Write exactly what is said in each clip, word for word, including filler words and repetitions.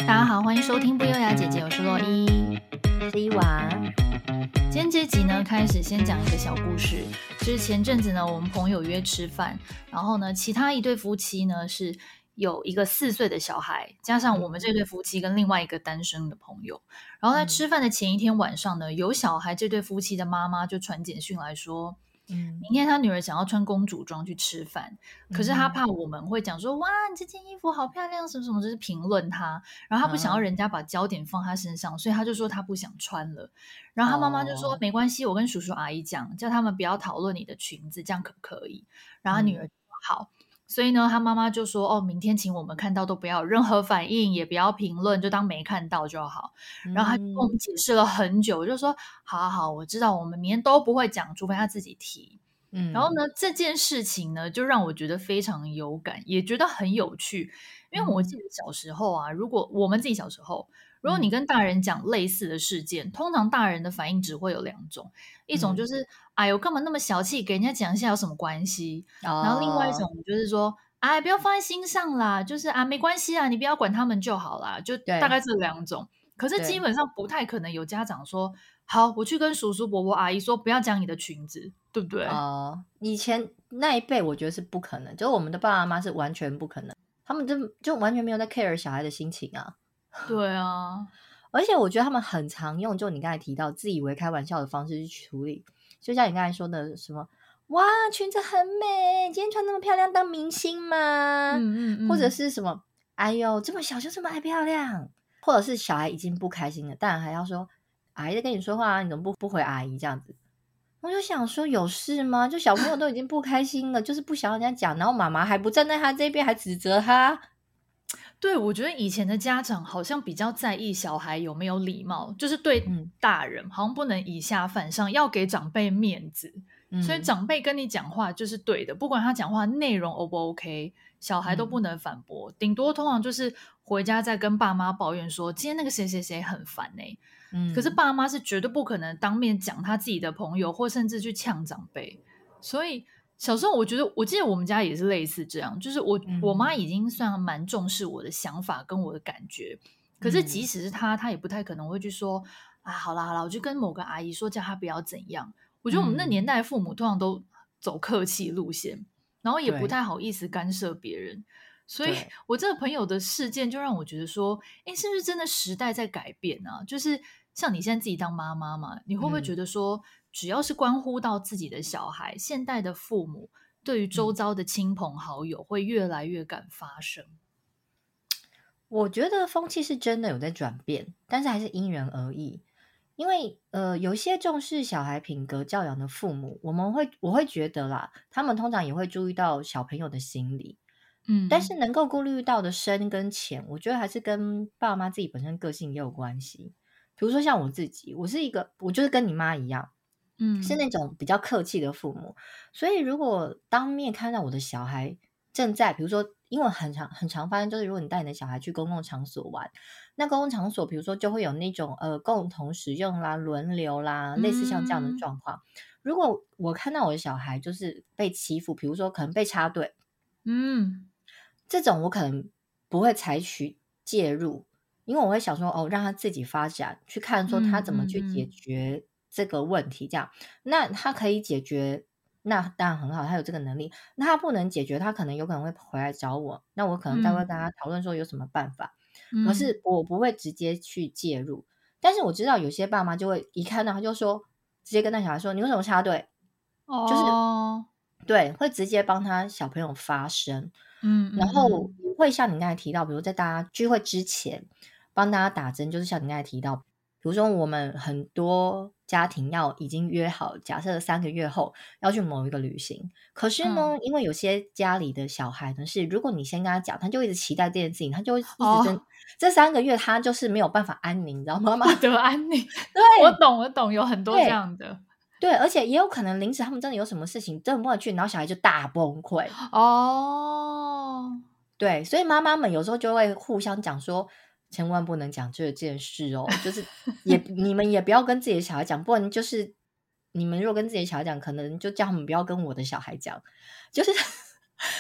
大家好，欢迎收听不优雅姐姐，我是洛伊， 我是伊娃。 今天这集呢，开始先讲一个小故事。就是前阵子呢，我们朋友约吃饭，然后呢，其他一对夫妻呢是有一个四岁的小孩，加上我们这对夫妻跟另外一个单身的朋友。然后在吃饭的前一天晚上呢，有小孩这对夫妻的妈妈就传简讯来说，嗯，明天他女儿想要穿公主装去吃饭，可是他怕我们会讲说，哇，你这件衣服好漂亮，什么什么，就是评论他，然后他不想要人家把焦点放他身上，所以他就说他不想穿了。然后他妈妈就说，没关系，我跟叔叔阿姨讲，叫他们不要讨论你的裙子，这样可不可以？然后他女儿就说好。所以呢，他妈妈就说，哦，明天请我们看到都不要有任何反应，也不要评论，就当没看到就好。然后他就跟我们解释了很久，就说好好好，我知道我们明天都不会讲，除非他自己提。嗯、然后呢，这件事情呢，就让我觉得非常有感，也觉得很有趣。因为我记得小时候啊，如果我们自己小时候，如果你跟大人讲类似的事件，通常大人的反应只会有两种，一种就是、嗯、哎呦，干嘛那么小气，给人家讲一下有什么关系？哦、然后另外一种就是说，哎，不要放在心上啦，就是啊，没关系啦，你不要管他们就好啦，就大概这两种。可是基本上不太可能有家长说，好，我去跟叔叔伯伯阿姨说，不要讲你的裙子，对不对？ 哦、uh, 以前那一辈我觉得是不可能，就是我们的爸爸妈妈是完全不可能，他们就就完全没有在 care 小孩的心情啊。 对啊， 而且我觉得他们很常用就你刚才提到自以为开玩笑的方式去处理，就像你刚才说的什么，哇，裙子很美，今天穿那么漂亮当明星吗？嗯嗯嗯，或者是什么，哎呦，这么小就这么爱漂亮，或者是小孩已经不开心了，当然还要说阿姨在跟你说话，你怎么不不回阿姨这样子？我就想说有事吗？就小朋友都已经不开心了，就是不想要人家讲，然后妈妈还不站在他这边，还指责他。 对，我觉得以前的家长好像比较在意小孩有没有礼貌，就是对大人好像不能以下犯上，要给长辈面子、嗯、所以长辈跟你讲话就是对的，不管他讲话内容 O 不 OK， 小孩都不能反驳、嗯、顶多通常就是回家再跟爸妈抱怨说今天那个谁谁谁很烦欸、嗯、可是爸妈是绝对不可能当面讲他自己的朋友，或甚至去呛长辈。所以小时候我觉得，我记得我们家也是类似这样，就是我、嗯、我妈已经算蛮重视我的想法跟我的感觉，可是即使是她，她也不太可能会去说啊，好啦好啦，我就跟某个阿姨说叫她不要怎样。我觉得我们那年代的父母通常都走客气路线，然后也不太好意思干涉别人，所以我这个朋友的事件就让我觉得说，哎，是不是真的时代在改变啊？就是像你现在自己当妈妈嘛，你会不会觉得说、嗯只要是关乎到自己的小孩，现代的父母对于周遭的亲朋好友会越来越敢发声？ 我觉得风气是真的有在转变，但是还是因人而异。因为呃，有一些重视小孩品格教养的父母，我们会我会觉得啦，他们通常也会注意到小朋友的心理，嗯，但是能够顾虑到的深跟浅，我觉得还是跟爸妈自己本身个性也有关系。比如说像我自己，我是一个，我就是跟你妈一样。嗯，是那种比较客气的父母，所以如果当面看到我的小孩正在，比如说，因为很常很常发生，就是如果你带你的小孩去公共场所玩，那公共场所比如说就会有那种呃共同使用啦、轮流啦，类似像这样的状况。嗯、如果我看到我的小孩就是被欺负，比如说可能被插队，嗯，这种我可能不会采取介入，因为我会想说哦，让他自己发展，去看说他怎么去解决。嗯嗯嗯这个问题这样，那他可以解决，那当然很好，他有这个能力。那他不能解决，他可能有可能会回来找我，那我可能再会跟他讨论说有什么办法。嗯、可是我不会直接去介入，但是我知道有些爸妈就会一看到他就说，直接跟那小孩说你为什么插队？哦，就是对，会直接帮他小朋友发声。嗯，然后会像你刚才提到，比如在大家聚会之前帮大家打针，就是像你刚才提到。比如说我们很多家庭要已经约好，假设三个月后要去某一个旅行，可是呢、嗯、因为有些家里的小孩呢是如果你先跟他讲，他就一直期待这件事情，他就一直真、哦、这三个月他就是没有办法安宁，你知道吗？ 不得安宁。对，我懂我懂，有很多这样的。 对，而且也有可能临时他们真的有什么事情真的不能去，然后小孩就大崩溃。哦，对，所以妈妈们有时候就会互相讲说千万不能讲这件事哦，就是也你们也不要跟自己的小孩讲，不然就是你们如果跟自己的小孩讲，可能就叫他们不要跟我的小孩讲。就是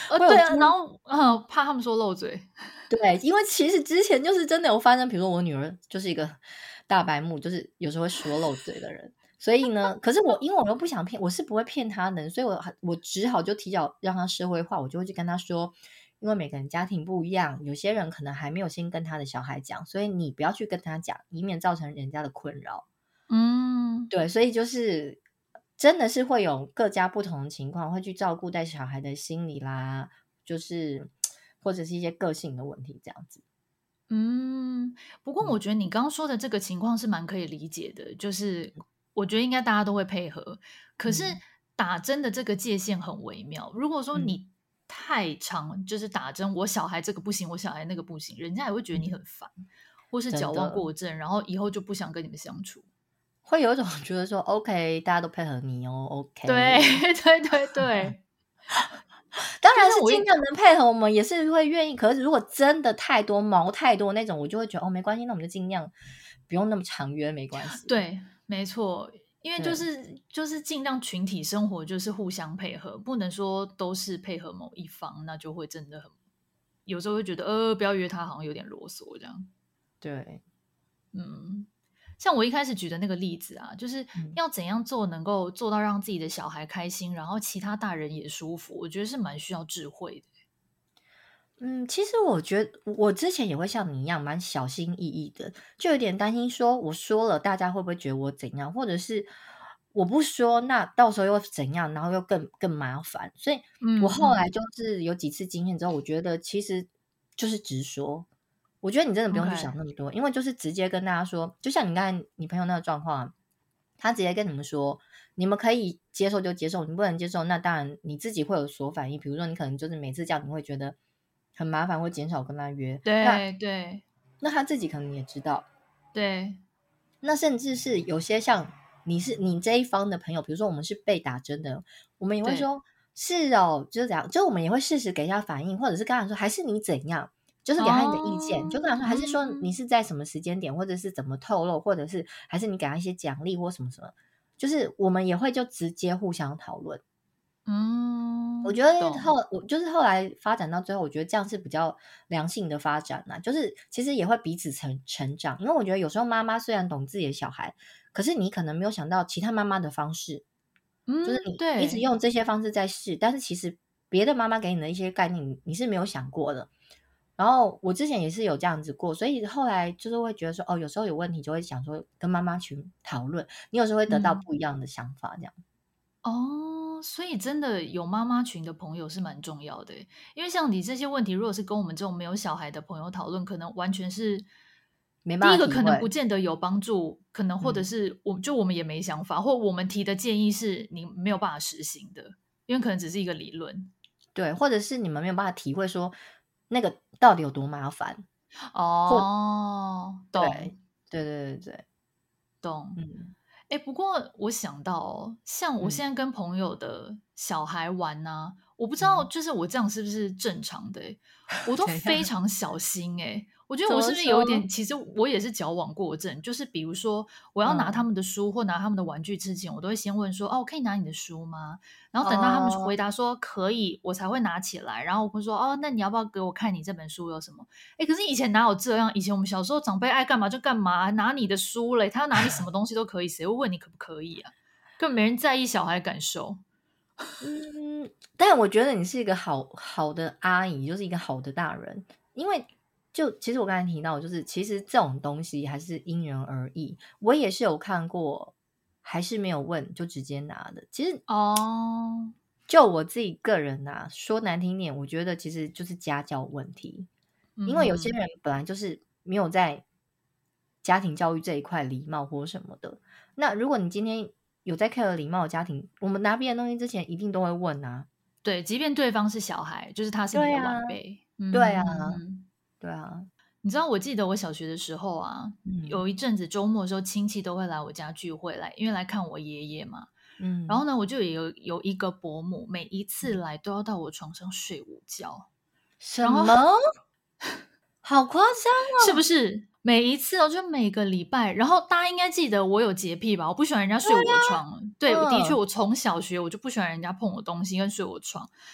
哦，对啊，然后嗯，怕他们说漏嘴。 对，因为其实之前就是真的有发生，比如说我女儿就是一个大白目，就是有时候会说漏嘴的人。所以呢，可是我因为我又不想骗，我是不会骗她的，所以我我只好就提早让她社会化，我就会去跟她说，因为每个人家庭不一样，有些人可能还没有先跟他的小孩讲，所以你不要去跟他讲，以免造成人家的困扰。 嗯， 对，所以就是真的是会有各家不同的情况，会去照顾带小孩的心理啦，就是或者是一些个性的问题这样子。 嗯，不过我觉得你刚刚说的这个情况是蛮可以理解的，就是我觉得应该大家都会配合，可是嗯打针的这个界限很微妙。如果说嗯你太长，就是打针，我小孩这个不行，我小孩那个不行，人家也会觉得你很烦，或是矫枉真的过正，然后以后就不想跟你们相处。 会有一种觉得说 OK 大家都配合你哦 OK。 对对对对， 当然是就像我一尽量能配合我们也是会愿意，可是如果真的太多毛太多那种，我就会觉得哦没关系，那我们就尽量不用那么长约没关系。 对，没错，因为就对是就是尽量群体生活，就是互相配合，不能说都是配合某一方，那就会真的很有时候会觉得呃不要约他，好像有点啰嗦这样。 对， 嗯，像我一开始举的那个例子啊，就是嗯要怎样做能够做到让自己的小孩开心，然后其他大人也舒服，我觉得是蛮需要智慧的。 嗯，其实我觉得我之前也会像你一样蛮小心翼翼的，就有点担心说我说了大家会不会觉得我怎样，或者是我不说那到时候又怎样，然后又更更麻烦。所以我嗯嗯后来就是有几次经验之后，我觉得其实就是直说。我觉得你真的不用去想 ，OK， 那么多，因为就是直接跟大家说，就像你刚才你朋友那个状况啊，他直接跟你们说，你们可以接受就接受，你不能接受，那当然你自己会有所反应。比如说，你可能就是每次这样，你会觉得很麻烦，会减少跟他约。那对对那他自己可能也知道。 对， 那甚至是有些像你是你这一方的朋友，比如说我们是被打针的，我们也会对说是哦，就是这样，就我们也会适时给一下反应，或者是跟他说还是你怎样。就是给他你的意见，就跟他哦， 说，还是说你嗯是在什么时间点，或者是怎么透露，或者是还是你给他一些奖励或什么什么，就是我们也会就直接互相讨论。我嗯， 觉得后懂。 我就是后来发展到最后，我觉得这样是比较良性的发展啦，就是其实也会彼此成成长。因为我觉得有时候妈妈虽然懂自己的小孩，可是你可能没有想到其他妈妈的方式，就是嗯， 你一直对， 用这些方式在试，但是其实别的妈妈给你的一些概念，你你是没有想过的。然后我之前也是有这样子过，所以后来就是会觉得说，哦，有时候有问题就会想说跟妈妈群讨论，你有时候会得到嗯， 不一样的想法，这样。 哦，所以真的有妈妈群的朋友是蛮重要的耶，因为像你这些问题，如果是跟我们这种没有小孩的朋友讨论，可能完全是没第一个办法体会。 可能不见得有帮助，可能或者嗯， 是我就我们也没想法，或我们提的建议是你没有办法实行的，因为可能只是一个理论。 对，或者是你们没有办法体会说那个到底有多麻烦，或哦，懂对对对对对。 懂。 嗯哎，不过我想到哦，像我嗯现在跟朋友的小孩玩呐、我不知道嗯， 就是我这样是不是正常的诶，我都怎样？ 非常小心诶。我觉得怎我是不是有一么说？ 点，其实我也是矫枉过正，就是比如说我要拿他嗯， 们的书或拿他们的玩具之前，我都会先问说，哦，我可以拿你的书吗？然后等到他们回哦， 答说可以，我才会拿起来，然后我会说，哦，那你要不要给我看你这本书有什么？哎，可是以前哪有这样？以前我们小时候长辈爱干嘛就干嘛，拿你的书嘞，他要拿你什么东西都可以，谁会问你可不可以啊？根本没人在意小孩感受。 嗯，但我觉得你是一个好好的阿姨，就是一个好的大人。因为就其实我刚才提到，就是其实这种东西还是因人而异。我也是有看过，还是没有问就直接拿的。其实哦， 就我自己个人啊，说难听点，我觉得其实就是家教问题。因为有些嗯， 人本来就是没有在家庭教育这一块礼貌或什么的。那如果你今天有在 care 礼貌的家庭，我们拿别人东西之前一定都会问啊。 对，即便对方是小孩，就是他是你的对啊， 晚辈。嗯对啊， 哼哼哼， 对啊。 你知道，我记得我小学的时候啊， 嗯有一阵子周末的时候，亲戚都会来我家聚会来，因为来看我爷爷嘛。然后嗯， 呢，我就有有一个伯母，每一次嗯来都要到我床上睡午觉，然后什么？好夸张是不哦！ 是每一次哦，就每个礼拜，然后大家应该记得我有洁癖吧？我不喜欢人家睡我的床。对，的确， 嗯我从小学我就不喜欢人家碰我东西跟睡我床。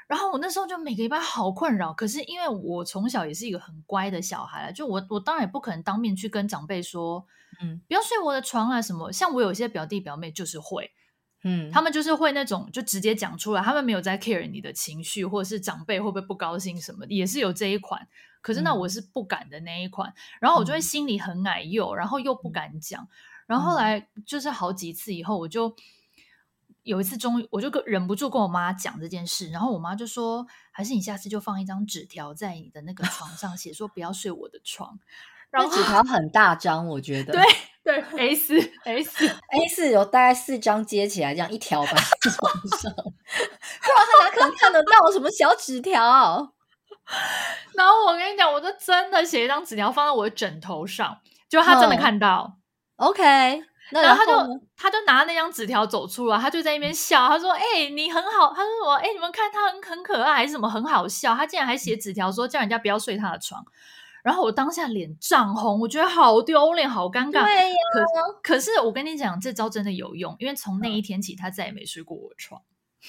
然后我那时候就每个礼拜好困扰，可是因为我从小也是一个很乖的小孩，就我我当然也不可能当面去跟长辈说，嗯，不要睡我的床啊什么。像我有些表弟表妹就是会，嗯，他们就是会那种就直接讲出来，他们没有在 care 你的情绪，或者是长辈会不会不高兴什么，也是有这一款。可是那我是不敢的那一款，嗯、然后我就会心里很矮幼，然后又不敢讲，嗯、然后后来就是好几次以后，我就。有一次终于我就忍不住跟我妈讲这件事，然后我妈就说还是你下次就放一张纸条在你的那个床上写说不要睡我的床。 然后纸条很大张，我觉得对对 A 四 A 四 A 四有大概四张接起来这样一条摆在床上，不然他哪可能看得到什么小纸条。 然后我跟你讲，我就真的写一张纸条放在我的枕头上，就他真的看到、 嗯、OK，那然后他就他就拿那张纸条走出来，他就在那边笑，他说哎、欸、你很好，他说我哎、欸、你们看他很很可爱还是什么很好笑，他竟然还写纸条说叫人家不要睡他的床。然后我当下脸涨红，我觉得好丢脸好尴尬。 对呀， 可可是我跟你讲这招真的有用，因为从那一天起他再也没睡过我的床。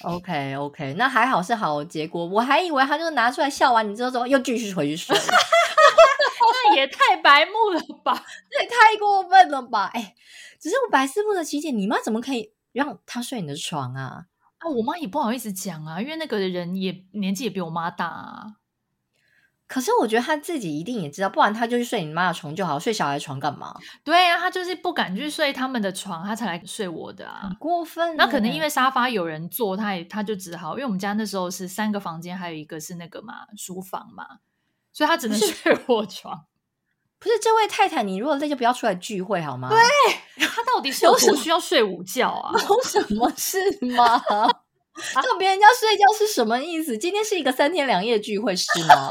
OK OK， 那还好是好结果，我还以为他就拿出来笑完你之后又继续回去睡。 那也太白目了吧， 这也太过分了吧。哎，只是我百思不得其解，你妈怎么可以让他睡你的床啊？ 啊，我妈也不好意思讲啊，因为那个人也年纪也比我妈大啊。 可是我觉得他自己一定也知道，不然他就去睡你妈的床就好，睡小孩的床干嘛？ 对啊，他就是不敢去睡他们的床，他才来睡我的啊， 很过分。 那可能因为沙发有人坐，他也他就只好，因为我们家那时候是三个房间，还有一个是那个嘛书房嘛，所以他只能睡我床。 不是这位太太，你如果累就不要出来聚会好吗？ 对，他到底是有多需要睡午觉啊？ 有什么事吗？叫别人家睡觉是什么意思？今天是一个三天两夜聚会是吗？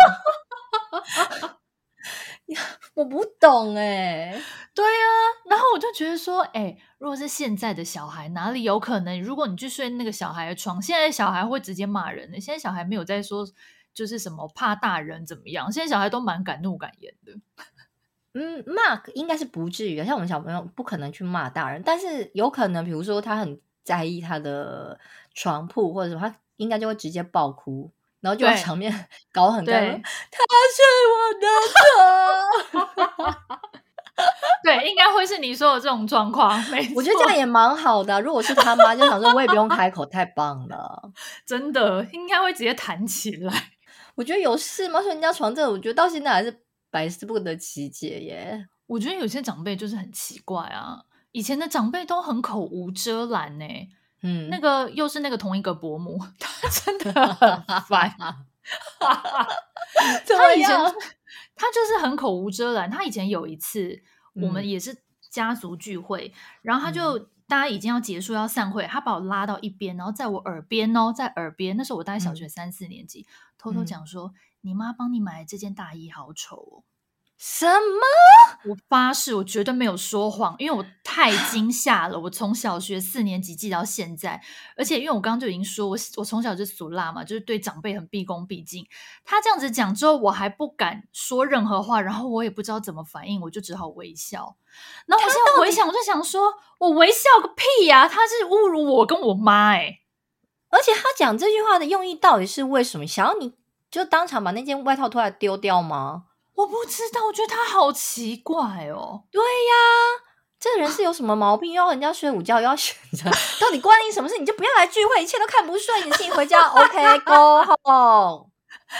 我不懂哎、欸。 对啊，然后我就觉得说，哎、欸，如果是现在的小孩，哪里有可能？如果你去睡那个小孩的床，现在小孩会直接骂人的。现在小孩没有在说就是什么怕大人怎么样，现在小孩都蛮敢怒敢言的。 嗯，骂应该是不至于，像我们小朋友不可能去骂大人，但是有可能，比如说他很在意他的床铺或者什么，他应该就会直接爆哭，然后就在场面搞很干，他睡我的床。 对，应该会是你说的这种状况。没错， 我觉得这样也蛮好的、啊。如果是他妈，就想说我也不用开口，太棒了。 真的，应该会直接弹起来。 我觉得有事吗？说人家床这，我觉得到现在还是百思不得其解耶。 我觉得有些长辈就是很奇怪啊，以前的长辈都很口无遮拦呢、欸。嗯，那个又是那个同一个伯母，他真的很烦。他以前他就是很口无遮拦。他以前有一次，我们也是家族聚会，嗯、然后他就、嗯、大家已经要结束要散会，他把我拉到一边，然后在我耳边哦，在耳边，那时候我大概小学三四年级，嗯、偷偷讲说：“你妈帮你买的这件大衣好丑哦。” 什么？ 我发誓我绝对没有说谎，因为我太惊吓了。我从小学四年级记到现在，而且因为我刚刚就已经说我我从小就俗辣嘛，就是对长辈很毕恭毕敬。他这样子讲之后，我还不敢说任何话，然后我也不知道怎么反应，我就只好微笑。然后我现在回想，我就想说我微笑个屁呀、啊！他是侮辱我跟我妈哎、欸， 而且他讲这句话的用意到底是为什么？想要你就当场把那件外套脱来丢掉吗？ 我不知道，我觉得他好奇怪哦。 对呀，这个人是有什么毛病？又要人家睡午觉，又要选择，到底关你什么事？你就不要来聚会，一切都看不顺，你自己回家。OK， go home。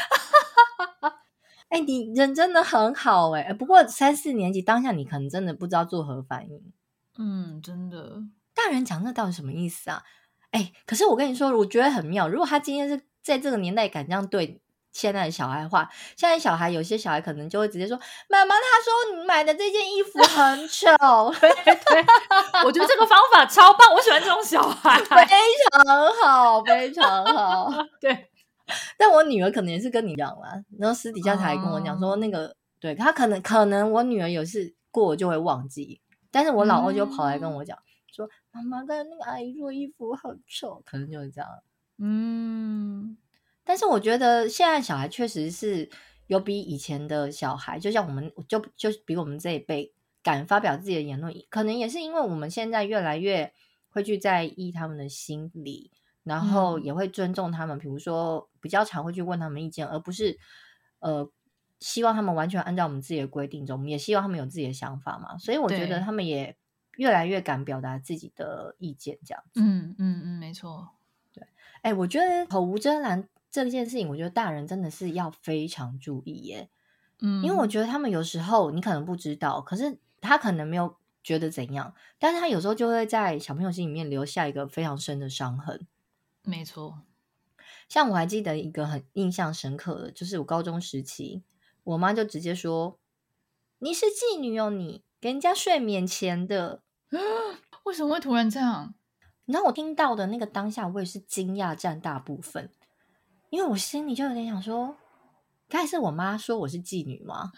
哎、欸，你人真的很好哎、欸，不过三四年级当下你可能真的不知道作何反应。 嗯，真的， 大人讲那到底什么意思啊？哎、欸，可是我跟你说，我觉得很妙。如果他今天是在这个年代敢这样对现在的小孩话，现在小孩有些小孩可能就会直接说：“妈妈，他说你买的这件衣服很丑。” 对对，我觉得这个方法超棒，我喜欢这种小孩， 非常好，非常好。 对， 但我女儿可能也是跟你一样啦，然后私底下才跟我讲说，那个、嗯、对她可能可能我女儿有事过就会忘记，但是我老二就跑来跟我讲、嗯、说：“妈妈，刚才那个阿姨说衣服很丑。”可能就是这样。嗯。但是我觉得现在小孩确实是有比以前的小孩，就像我们就就比我们这一辈敢发表自己的言论，可能也是因为我们现在越来越会去在意他们的心理，然后也会尊重他们，比如说比较常会去问他们意见，而不是呃希望他们完全按照我们自己的规定走，我们也希望他们有自己的想法嘛，所以我觉得对， 他们也越来越敢表达自己的意见，这样子。 嗯嗯嗯，没错。 哎，我觉得口无遮拦这件事情，我觉得大人真的是要非常注意耶。因为我嗯， 觉得他们有时候你可能不知道，可是他可能没有觉得怎样，但是他有时候就会在小朋友心里面留下一个非常深的伤痕。 没错。 像我还记得一个很印象深刻的，就是我高中时期，我妈就直接说：“你是妓女哦，你给人家睡免钱的。” 为什么会突然这样？ 然后我听到的那个当下，我也是惊讶占大部分，因为我心里就有点想说，该是我妈说我是妓女吗？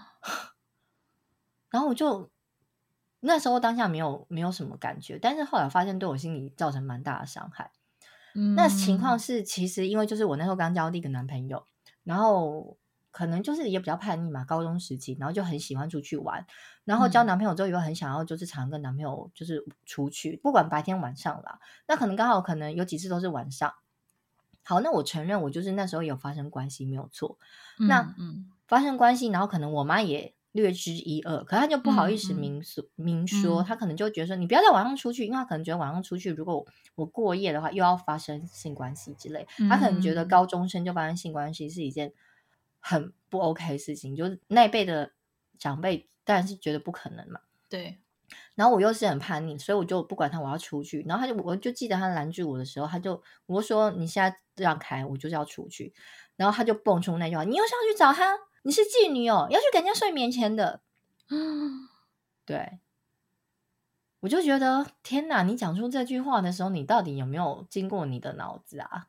然后我就那时候当下没有没有什么感觉，但是后来发现对我心里造成蛮大的伤害。那情况嗯是，其实因为就是我那时候刚交第一个男朋友，然后可能就是也比较叛逆嘛，高中时期，然后就很喜欢出去玩，然后交嗯男朋友之后又很想要就是常跟男朋友就是出去，不管白天晚上啦，那可能刚好可能有几次都是晚上。好，那我承认我就是那时候有发生关系，没有错。那嗯嗯发生关系，然后可能我妈也略知一二，可她就不好意思嗯嗯明说明说，她嗯可能就觉得说你不要在晚上出去，因为她可能觉得晚上出去，如果我过夜的话，又要发生性关系之类，她可能觉得嗯， 高中生就发生性关系是一件很不 OK 的事情，就是那一辈的长辈当然是觉得不可能嘛。 对， 然后我又是很叛逆，所以我就不管他，我要出去。然后他就，我就记得他拦住我的时候，他就我就说你现在让开，我就是要出去。然后他就蹦出那句话：你又是要去找他？你是妓女哦，要去给人家睡眠前的。 嗯， 对，我就觉得天哪！你讲出这句话的时候，你到底有没有经过你的脑子啊？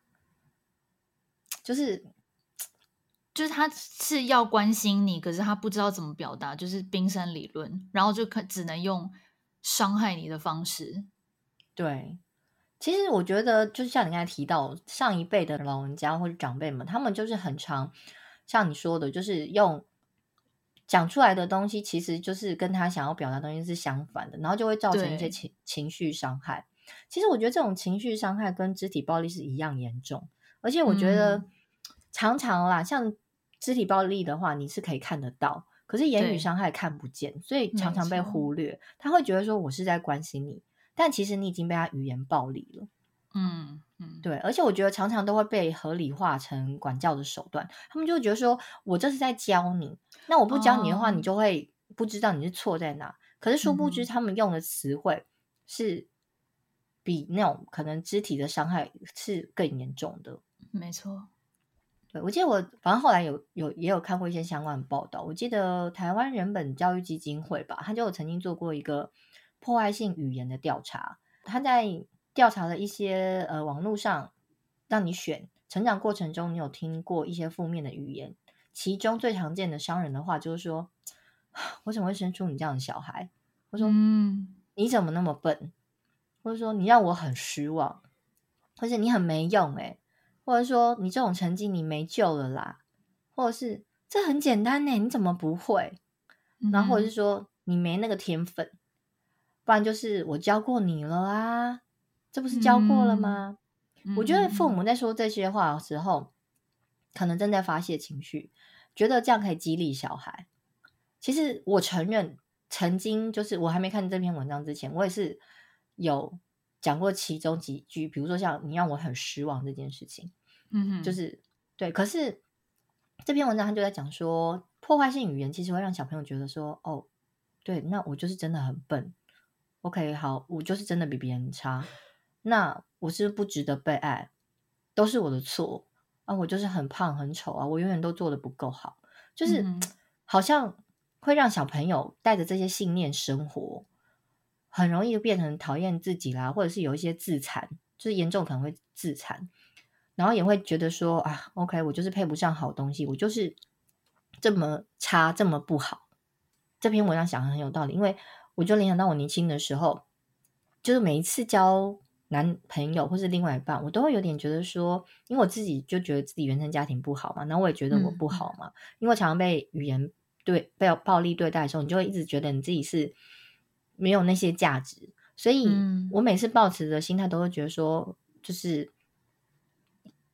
就是就是他是要关心你，可是他不知道怎么表达，就是冰山理论，然后就可只能用伤害你的方式。 对。其实我觉得，就像你刚才提到，上一辈的老人家或者长辈们，他们就是很常像你说的，就是用讲出来的东西，其实就是跟他想要表达的东西是相反的，然后就会造成一些对， 情情绪伤害。其实我觉得这种情绪伤害跟肢体暴力是一样严重，而且我觉得嗯， 常常啦，像肢体暴力的话，你是可以看得到，可是言语对， 伤害看不见，所以常常被没错。 忽略。他会觉得说我是在关心你，但其实你已经被他语言暴力了。 嗯嗯对，而且我觉得常常都会被合理化成管教的手段，他们就会觉得说我这是在教你，那我不教你的话， 哦， 你就会不知道你是错在哪。可是殊不知， 嗯哼， 他们用的词汇是比那种可能肢体的伤害是更严重的。 没错。 对，我记得我反正后来有有也有看过一些相关的报道，我记得台湾人本教育基金会吧，他就有曾经做过一个破坏性语言的调查，他在调查了一些呃网络上让你选成长过程中你有听过一些负面的语言，其中最常见的伤人的话就是说，我怎么会生出你这样的小孩？我说嗯你怎么那么笨？或者说你让我很失望，或者你很没用诶、或者说你这种成绩你没救了啦，或者是这很简单呢、你怎么不会？然后或者是嗯哼说你没那个天分，不然就是我教过你了啊，这不是教过了嗯吗？我嗯觉得嗯嗯父母在说这些话的时候，可能正在发泄情绪，觉得这样可以激励小孩。其实我承认，曾经就是我还没看这篇文章之前，我也是有讲过其中几句，比如说像你让我很失望这件事情， 嗯哼， 就是对。可是这篇文章他就在讲说，破坏性语言其实会让小朋友觉得说，哦，对，那我就是真的很笨。OK，好，我就是真的比别人差，那我是不是不值得被爱，都是我的错啊！我就是很胖很丑啊，我永远都做的不够好，就是嗯哼， 好像会让小朋友带着这些信念生活，很容易就变成讨厌自己啦，或者是有一些自残，就是严重可能会自残，然后也会觉得说啊，OK，我就是配不上好东西，我就是这么差，这么不好。这篇文章讲的很有道理，因为我就联想到我年轻的时候，就是每一次交男朋友或是另外一半，我都会有点觉得说，因为我自己就觉得自己原生家庭不好嘛，然后我也觉得我不嗯嗯好嘛，因为常常被语言对被暴力对待的时候，你就会一直觉得你自己是没有那些价值，所以嗯我每次抱持的心态都会觉得说，就是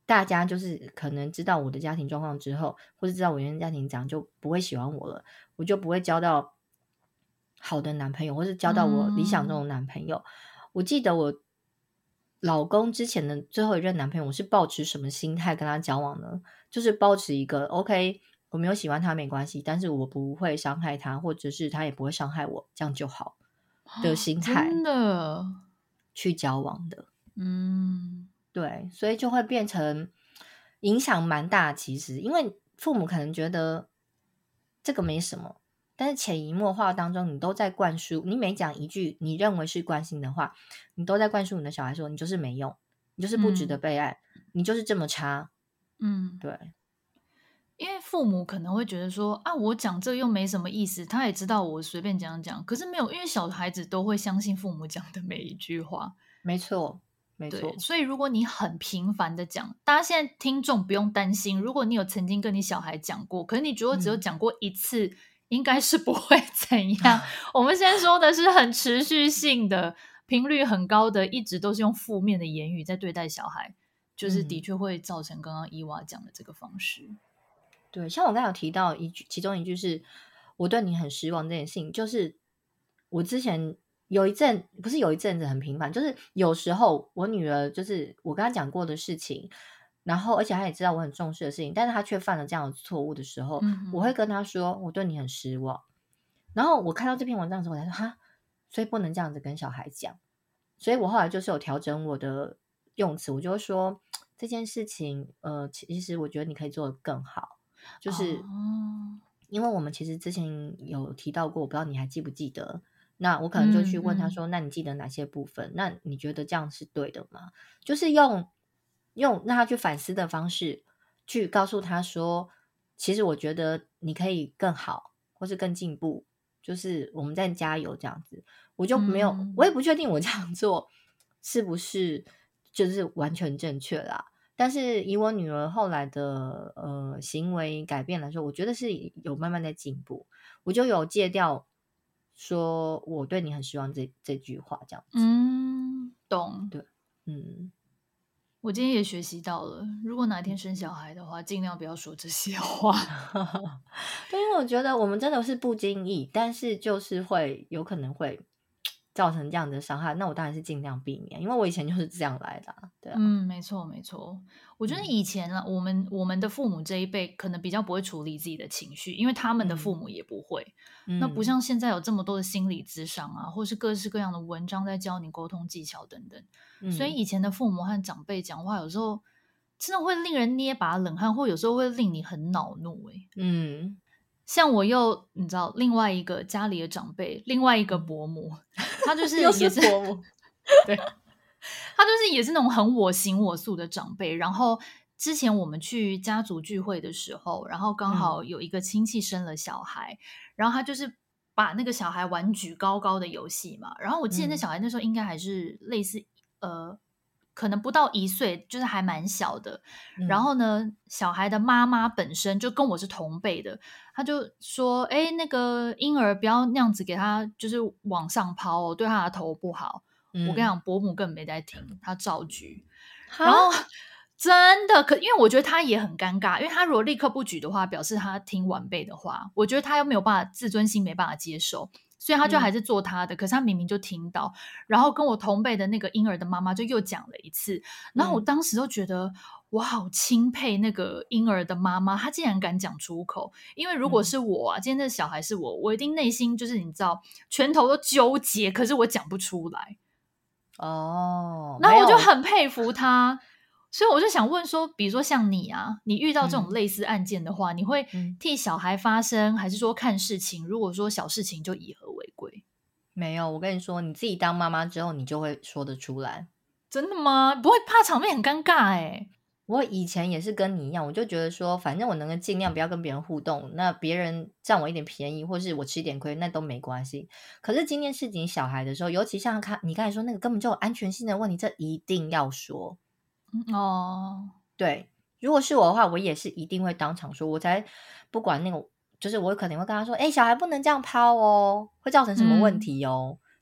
大家就是可能知道我的家庭状况之后，或是知道我原生家庭长，就不会喜欢我了，我就不会交到好的男朋友，或是交到我理想中嗯的男朋友。我记得我老公之前的最后一任男朋友，我是抱持什么心态跟他交往呢？就是抱持一个 OK，我没有喜欢他没关系，但是我不会伤害他，或者是他也不会伤害我，这样就好的心态真的， 去交往的。 嗯对，所以就会变成影响蛮大。其实，因为父母可能觉得这个没什么，但是潜移默化当中，你都在灌输，你每讲一句你认为是关心的话，你都在灌输你的小孩说，你就是没用，你就是不值得嗯被爱，你就是这么差。 嗯， 对， 因为父母可能会觉得说啊，我讲这又没什么意思，他也知道我随便讲讲，可是没有，因为小孩子都会相信父母讲的每一句话。 没错，没对， 错， 所以如果你很频繁的讲，大家现在听众不用担心，如果你有曾经跟你小孩讲过，可是你如果只有嗯讲过一次，应该是不会怎样。我们现在说的是很持续性的、频率很高的，一直都是用负面的言语在对待小孩，就是的嗯， 确会造成刚刚伊娃讲的这个方式。 对，像我刚才有提到一句，其中一句是我对你很失望这件事情，就是我之前有一阵不是有一阵子很频繁，就是有时候我女儿就是我跟她讲过的事情，然后而且她也知道我很重视的事情，但是她却犯了这样的错误的时候， 嗯哼我会跟她说我对你很失望。然后我看到这篇文章的时候，我才说哈，所以不能这样子跟小孩讲。所以我后来就是有调整我的用词，我就会说这件事情，呃，其实我觉得你可以做得更好。就是哦， 因为我们其实之前有提到过，我不知道你还记不记得。那我可能就去嗯嗯问他说：“那你记得哪些部分？那你觉得这样是对的吗？”就是用用让他去反思的方式，去告诉他说：“其实我觉得你可以更好，或是更进步。就是我们在加油这样子。”我就没有，我也嗯不确定我这样做是不是就是完全正确啦。但是以我女儿后来的呃行为改变来说，我觉得是有慢慢在进步。我就有戒掉说我对你很失望这这句话，这样子。 嗯，懂。 对，嗯， 我今天也学习到了，如果哪天生小孩的话，尽量不要说这些话。 对，因为我觉得我们真的是不经意，但是就是会有可能会造成这样的伤害，那我当然是尽量避免，因为我以前就是这样来的、啊，对啊， 嗯，没错没错。我觉得嗯以前啊，我们我们的父母这一辈可能比较不会处理自己的情绪，因为他们的父嗯母也不会。那不嗯像现在有这么多的心理咨商啊，或是各式各样的文章在教你沟通技巧等等。所以嗯以前的父母和长辈讲话，有时候真的会令人捏把冷汗，或有时候会令你很恼怒、欸。 嗯， 像我又你知道另外一个家里的长辈，另外一个嗯伯母，他就是又也是是伯母， 对，他就是也是那种很我行我素的长辈。然后之前我们去家族聚会的时候，然后刚好有一个亲戚生了小孩，然后他就是把那个小孩玩举高高的游戏嘛。然后我记得那嗯小孩那时候应该还是类似呃。可能不到一岁，就是还蛮小的。然嗯后呢，小孩的妈妈本身就跟我是同辈的，他就说：“哎，那个婴儿不要那样子给他，就是往上抛哦，对他的头不好。”我跟你嗯， 讲，伯母根本没在听，他照举。 哈然后真的，可因为我觉得他也很尴尬，因为他如果立刻不举的话，表示他听晚辈的话，我觉得他又没有办法自尊心没办法接受，所以他就还是做他的。可是他明明就听到，然后跟我同辈的那个婴儿的妈妈就又讲了一次，然后我嗯当时就觉得我好钦佩那个婴儿的妈妈，她竟然敢讲出口。因为如果嗯是我啊，今天这小孩是我，我一定内心就是你知道，拳头都纠结，可是我讲不出来。 哦， 然后我就没有， 很佩服他，所以我就想问说，比如说像你啊，你遇到这种嗯类似案件的话，你会嗯， 替小孩发声，还是说看事情？如果说小事情就以和为贵？ 没有。我跟你说，你自己当妈妈之后，你就会说得出来。 真的吗？不会怕场面很尴尬哎、 我以前也是跟你一样，我就觉得说，反正我能够尽量不要跟别人互动，那别人占我一点便宜，或是我吃一点亏，那都没关系。可是今天是你小孩的时候，尤其像看你刚才说那个根本就有安全性的问题，这一定要说。 嗯哦， 对，如果是我的话，我也是一定会当场说，我才不管那个，就是我可能会跟他说，哎、小孩不能这样抛哦，会造成什么问嗯题哦。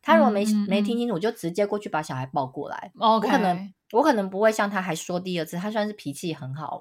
他如果没、 嗯嗯没听清楚，我就直接过去把小孩抱过来。 OK， 我可能我可能不会像他还说第二次，他算是脾气很好。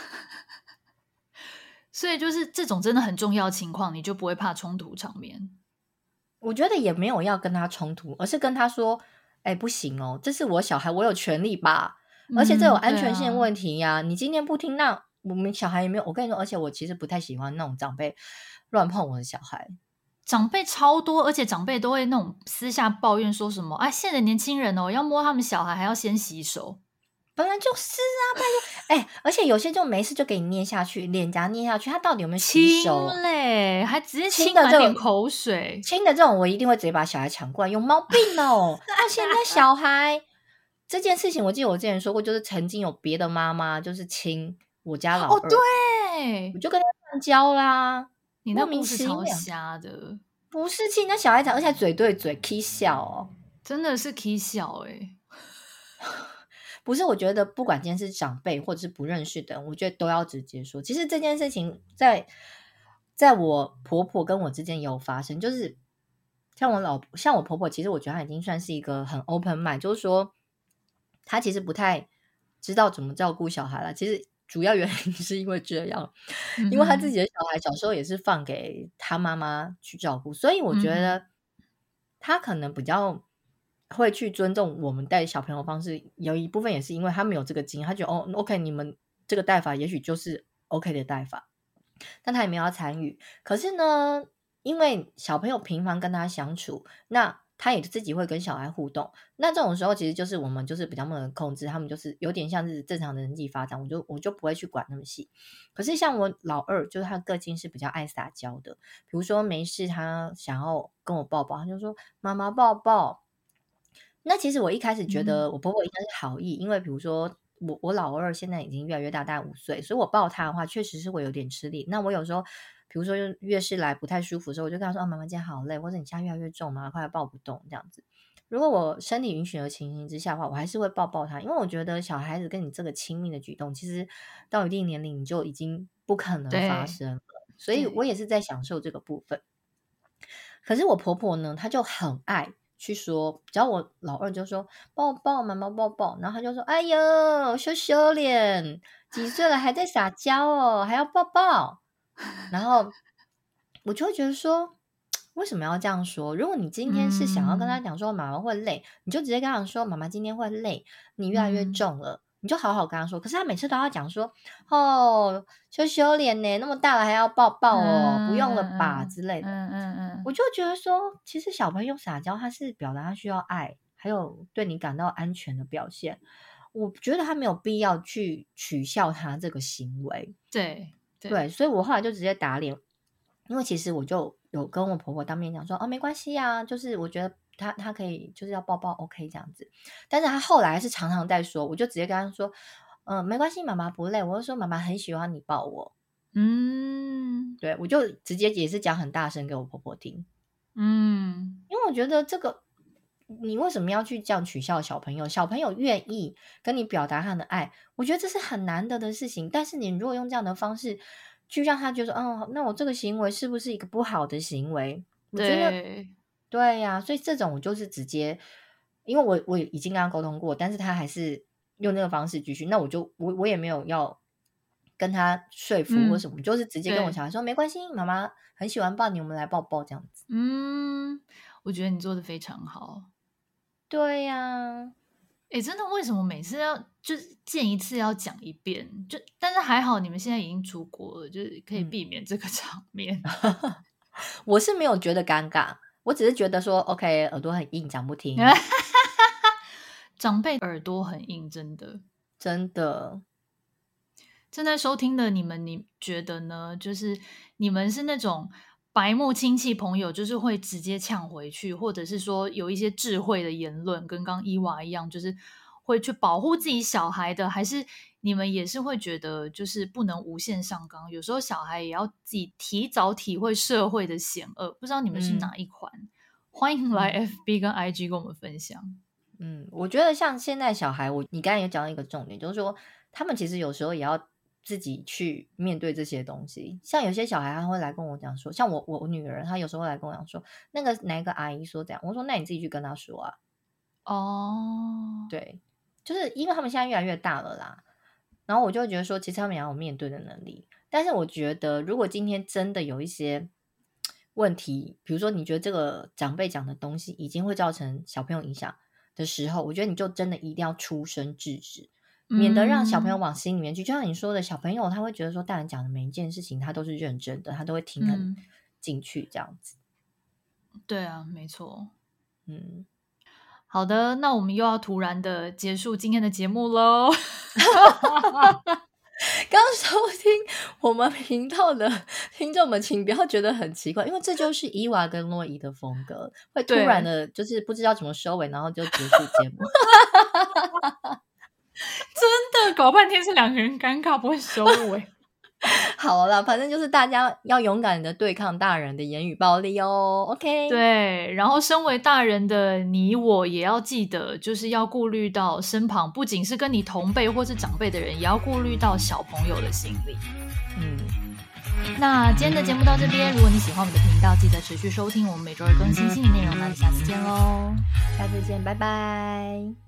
所以就是这种真的很重要的情况，你就不会怕冲突场面？ 我觉得也没有要跟他冲突，而是跟他说，哎、不行哦，这是我小孩，我有权利吧，而且这有嗯， 安对啊， 全性问题呀、你今天不听，那我们小孩也没有。我跟你说，而且我其实不太喜欢那种长辈乱碰我的小孩。 长辈超多，而且长辈都会那种私下抱怨说什么，哎，现在的年轻人哦，要摸他们小孩还要先洗手。 本来就是啊，拜托，哎、而且有些就没事就给你捏下去，脸颊捏下去，他到底有没有洗亲手？ 嘞，还直接亲亲的这种满脸口水。 亲的这种，我一定会直接把小孩抢过来，有毛病哦！那现在小孩这件事情，我记得我之前说过，就是曾经有别的妈妈就是亲我家老哦， 二， 对， 我就跟他断交啦， 你那莫名故事超其妙。 瞎的， 不是亲那小孩子，而且还嘴对嘴 k 笑哦。 真的是 k 笑哎。 不是，我觉得不管今天是长辈或者是不认识的人，我觉得都要直接说。其实这件事情在在我婆婆跟我之间也有发生，就是像我老像我婆婆，其实我觉得她已经算是一个很 open mind，就是说她其实不太知道怎么照顾小孩了。其实主要原因是因为这样， 嗯因为她自哼， 己的小孩小时候也是放给她妈妈去照顾，所以我觉嗯哼， 得她可能比较会去尊重我们带小朋友的方式，有一部分也是因为他没有这个经验，他觉得哦 OK 你们这个带法也许就是 OK 的带法，但他也没有要参与。可是呢，因为小朋友频繁跟他相处，那他也自己会跟小孩互动，那这种时候其实就是我们就是比较不能控制，他们就是有点像是正常的人际发展，我就我就不会去管那么细。可是像我老二，就是他个性是比较爱撒娇的，比如说没事他想要跟我抱抱，他就说妈妈抱抱。那其实我一开始觉嗯得我婆婆应该是好意，因为比如说我我老二现在已经越来越大，大概五岁，所以我抱他的话确实是会有点吃力。那我有时候比如说月事来不太舒服的时候，我就跟他说：“啊，妈妈今天好累，或者你现在越来越重嘛，快要抱不动这样子。”如果我身体允许的情形之下的话，我还是会抱抱他，因为我觉得小孩子跟你这个亲密的举动，其实到一定年龄你就已经不可能发对生了，所以我也是在享受这个部分。可是我婆婆呢，她就很爱去说，只要我老二就说抱抱妈妈抱抱，然后她就说哎呦羞羞脸，几岁了还在撒娇哦，还要抱抱。然后我就会觉得说，为什么要这样说？如果你今天是想要跟他嗯讲说妈妈会累，你就直接跟他说妈妈今天会累，你越来越嗯重了，你就好好跟他说。可是他每次都要讲说哦羞羞脸呢，那么大了还要抱抱哦，不用了吧嗯之类的。 嗯嗯嗯， 我就觉得说，其实小朋友撒娇，他是表达他需要爱，还有对你感到安全的表现。我觉得他没有必要去取笑他这个行为。 对对， 对，所以我后来就直接打脸，因为其实我就有跟我婆婆当面讲说，哦，没关系啊，就是我觉得他他可以就是要抱抱 OK 这样子。但是他后来是常常在说，我就直接跟他说，嗯、没关系，妈妈不累，我就说妈妈很喜欢你抱我。 嗯对，我就直接也是讲很大声给我婆婆听。 嗯， 因为我觉得这个，你为什么要去这样取笑小朋友？小朋友愿意跟你表达他的爱，我觉得这是很难得的事情。但是你如果用这样的方式去让他觉得，哦，那我这个行为是不是一个不好的行为？我觉得对， 对呀、所以这种我就是直接，因为我我已经跟他沟通过，但是他还是用那个方式继续，那我就我我也没有要跟他说服或嗯什么，就是直接跟我对， 小孩说没关系，妈妈很喜欢抱你，我们来抱抱这样子。 嗯，我觉得你做的非常好。 对呀、 诶，真的，为什么每次要就是见一次要讲一遍？就但是还好你们现在已经出国了，就是可以嗯避免这个场面。 我是没有觉得尴尬，我只是觉得说，OK，耳朵很硬，讲不听， 长辈耳朵很硬，真的。 真的。 正在收听的你们，你觉得呢？就是你们是那种白目亲戚朋友，就是会直接呛回去，或者是说有一些智慧的言论，跟刚伊娃一样，就是会去保护自己小孩的，还是你们也是会觉得就是不能无限上纲？有时候小孩也要自己提早体会社会的险恶。不知道你们是哪一款？欢迎来 F B 跟 I G 跟我们分享。 嗯，我觉得像现在小孩，我你刚才也讲到一个重点，就是说他们其实有时候也要自己去面对这些东西。像有些小孩他会来跟我讲说，像我我女儿她有时候会来跟我讲说，那个哪一个阿姨说这样，我说那你自己去跟她说啊。 哦， 对，就是因为他们现在越来越大了啦，然后我就会觉得说其实他们也要有面对的能力。但是我觉得如果今天真的有一些问题，比如说你觉得这个长辈讲的东西已经会造成小朋友影响的时候，我觉得你就真的一定要出声制止，免得让小朋友往心里面去。就像你说的，小朋友他会觉得说大人讲的每一件事情他都是认真的，他都会听很进去这样子。 嗯，对啊，没错。 嗯， 好的，那我们又要突然的结束今天的节目咯。 刚收听我们频道的听众们请不要觉得很奇怪，因为这就是伊娃跟洛伊的风格，会突然的就是不知道怎么收尾，然后就结束节目。 真的搞半天是两个人尴尬不会收尾。 好啦，反正就是大家要勇敢的对抗大人的言语暴力哦 OK。 对，然后身为大人的你我也要记得，就是要顾虑到身旁不仅是跟你同辈或是长辈的人，也要顾虑到小朋友的心理。 嗯， 那今天的节目到这边，如果你喜欢我们的频道，记得持续收听我们每周二更新新的内容。那就下次见咯， 下次见，拜拜。